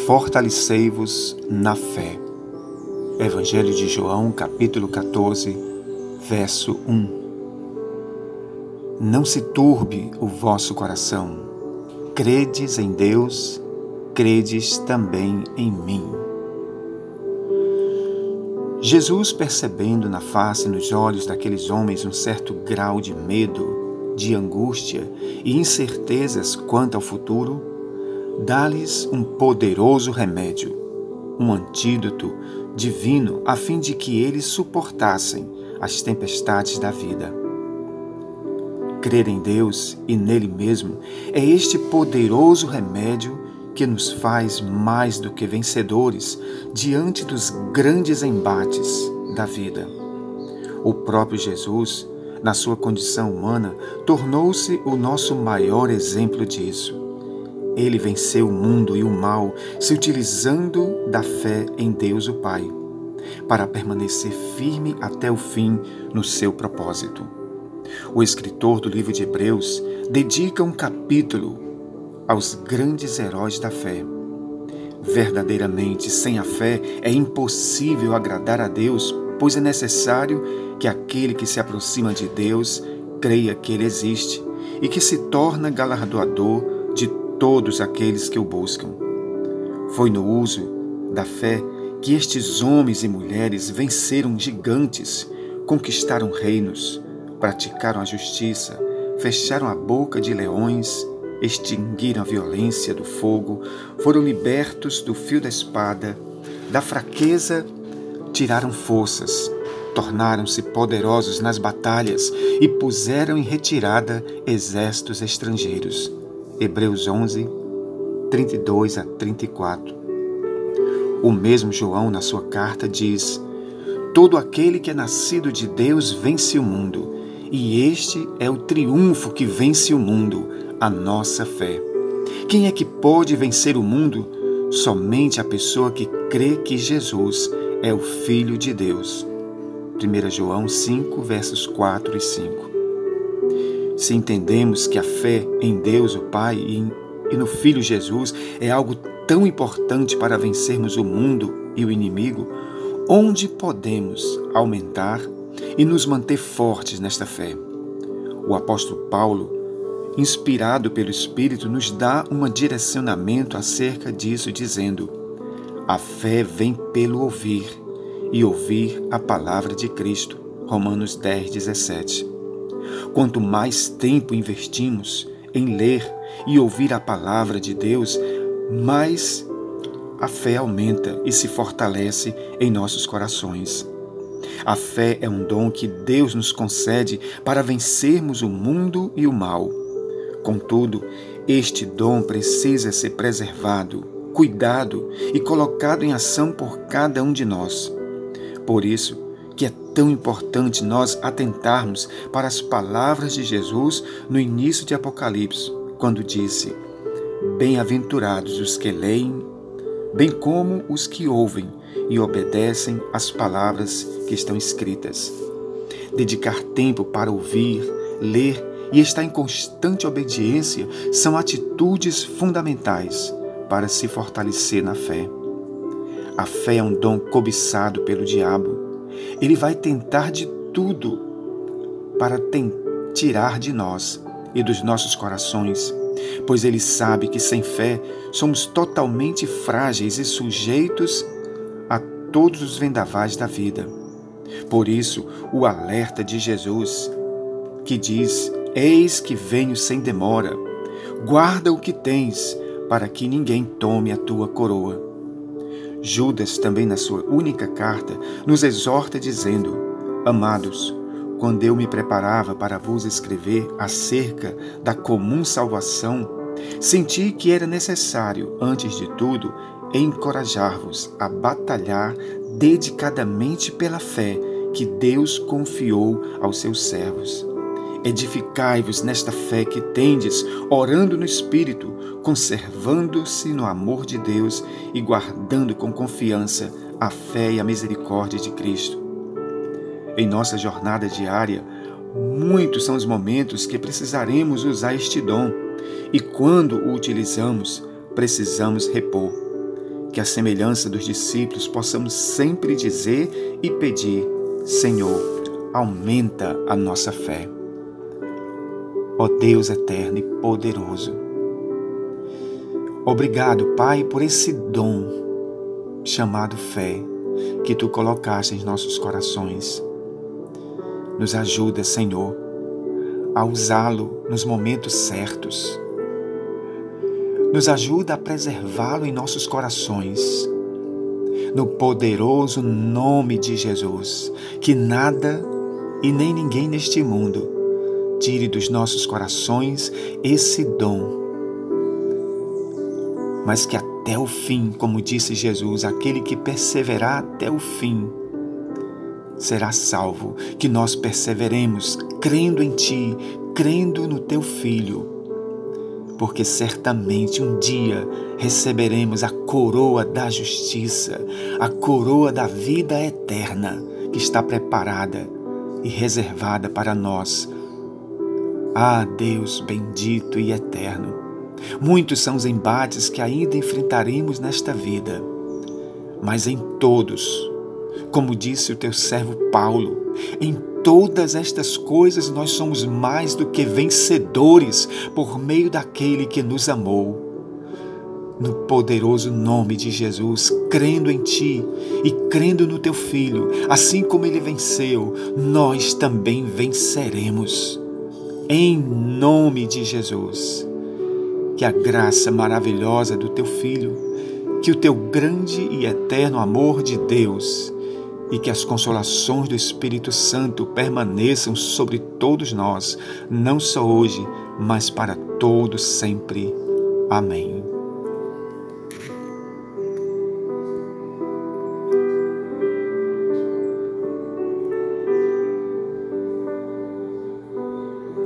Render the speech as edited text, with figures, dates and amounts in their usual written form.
Fortalecei-vos na fé. Evangelho de João, capítulo 14, verso 1. Não se turbe o vosso coração. Credes em Deus, credes também em mim. Jesus, percebendo na face e nos olhos daqueles homens um certo grau de medo, de angústia e incertezas quanto ao futuro, dá-lhes um poderoso remédio, um antídoto divino a fim de que eles suportassem as tempestades da vida. Crer em Deus e nele mesmo é este poderoso remédio que nos faz mais do que vencedores diante dos grandes embates da vida. O próprio Jesus, na sua condição humana, tornou-se o nosso maior exemplo disso. Ele venceu o mundo e o mal se utilizando da fé em Deus o Pai, para permanecer firme até o fim no seu propósito. O escritor do livro de Hebreus dedica um capítulo aos grandes heróis da fé. Verdadeiramente, sem a fé é impossível agradar a Deus, pois é necessário que aquele que se aproxima de Deus creia que Ele existe e que se torna galardoador de todos aqueles que o buscam. Foi no uso da fé que estes homens e mulheres venceram gigantes, conquistaram reinos, praticaram a justiça, fecharam a boca de leões, extinguiram a violência do fogo, foram libertos do fio da espada, da fraqueza tiraram forças, tornaram-se poderosos nas batalhas e puseram em retirada exércitos estrangeiros. Hebreus 11, 32 a 34. O mesmo João, na sua carta, diz: todo aquele que é nascido de Deus vence o mundo, e este é o triunfo que vence o mundo, a nossa fé. Quem é que pode vencer o mundo? Somente a pessoa que crê que Jesus é o Filho de Deus. 1 João 5, versos 4 e 5. Se entendemos que a fé em Deus, o Pai, e no Filho Jesus é algo tão importante para vencermos o mundo e o inimigo, onde podemos aumentar e nos manter fortes nesta fé? O apóstolo Paulo, inspirado pelo Espírito, nos dá um direcionamento acerca disso, dizendo: a fé vem pelo ouvir, e ouvir a palavra de Cristo. Romanos 10, 17. Quanto mais tempo investimos em ler e ouvir a palavra de Deus, mais a fé aumenta e se fortalece em nossos corações. A fé é um dom que Deus nos concede para vencermos o mundo e o mal. Contudo, este dom precisa ser preservado, cuidado e colocado em ação por cada um de nós. Por isso que é tão importante nós atentarmos para as palavras de Jesus no início de Apocalipse, quando disse: bem-aventurados os que leem, bem como os que ouvem e obedecem às palavras que estão escritas. Dedicar tempo para ouvir, ler e estar em constante obediência são atitudes fundamentais para se fortalecer na fé. A fé é um dom cobiçado pelo diabo. Ele vai tentar de tudo para tirar de nós e dos nossos corações, pois ele sabe que sem fé somos totalmente frágeis e sujeitos a todos os vendavais da vida. Por isso, o alerta de Jesus, que diz: eis que venho sem demora, guarda o que tens, para que ninguém tome a tua coroa. Judas, também na sua única carta, nos exorta dizendo: amados, quando eu me preparava para vos escrever acerca da comum salvação, senti que era necessário, antes de tudo, encorajar-vos a batalhar dedicadamente pela fé que Deus confiou aos seus servos. Edificai-vos nesta fé que tendes, orando no Espírito, conservando-se no amor de Deus e guardando com confiança a fé e a misericórdia de Cristo. Em nossa jornada diária, muitos são os momentos que precisaremos usar este dom, e quando o utilizamos, precisamos repor. que à semelhança dos discípulos possamos sempre dizer e pedir: Senhor, aumenta a nossa fé. Ó Deus eterno e poderoso, obrigado, Pai, por esse dom chamado fé que Tu colocaste em nossos corações. Nos ajuda, Senhor, a usá-lo nos momentos certos. Nos ajuda a preservá-lo em nossos corações. No poderoso nome de Jesus, que nada e nem ninguém neste mundo tire dos nossos corações esse dom. Mas que até o fim, como disse Jesus, aquele que perseverar até o fim será salvo. Que nós perseveremos crendo em Ti, crendo no Teu Filho, porque certamente um dia receberemos a coroa da justiça, a coroa da vida eterna que está preparada e reservada para nós. Ah, Deus bendito e eterno, muitos são os embates que ainda enfrentaremos nesta vida, mas em todos, como disse o Teu servo Paulo, em todas estas coisas nós somos mais do que vencedores por meio daquele que nos amou. No poderoso nome de Jesus, crendo em Ti e crendo no Teu Filho, assim como Ele venceu, nós também venceremos. Em nome de Jesus, que a graça maravilhosa do Teu Filho, que o Teu grande e eterno amor de Deus e que as consolações do Espírito Santo permaneçam sobre todos nós, não só hoje, mas para todos sempre. Amém.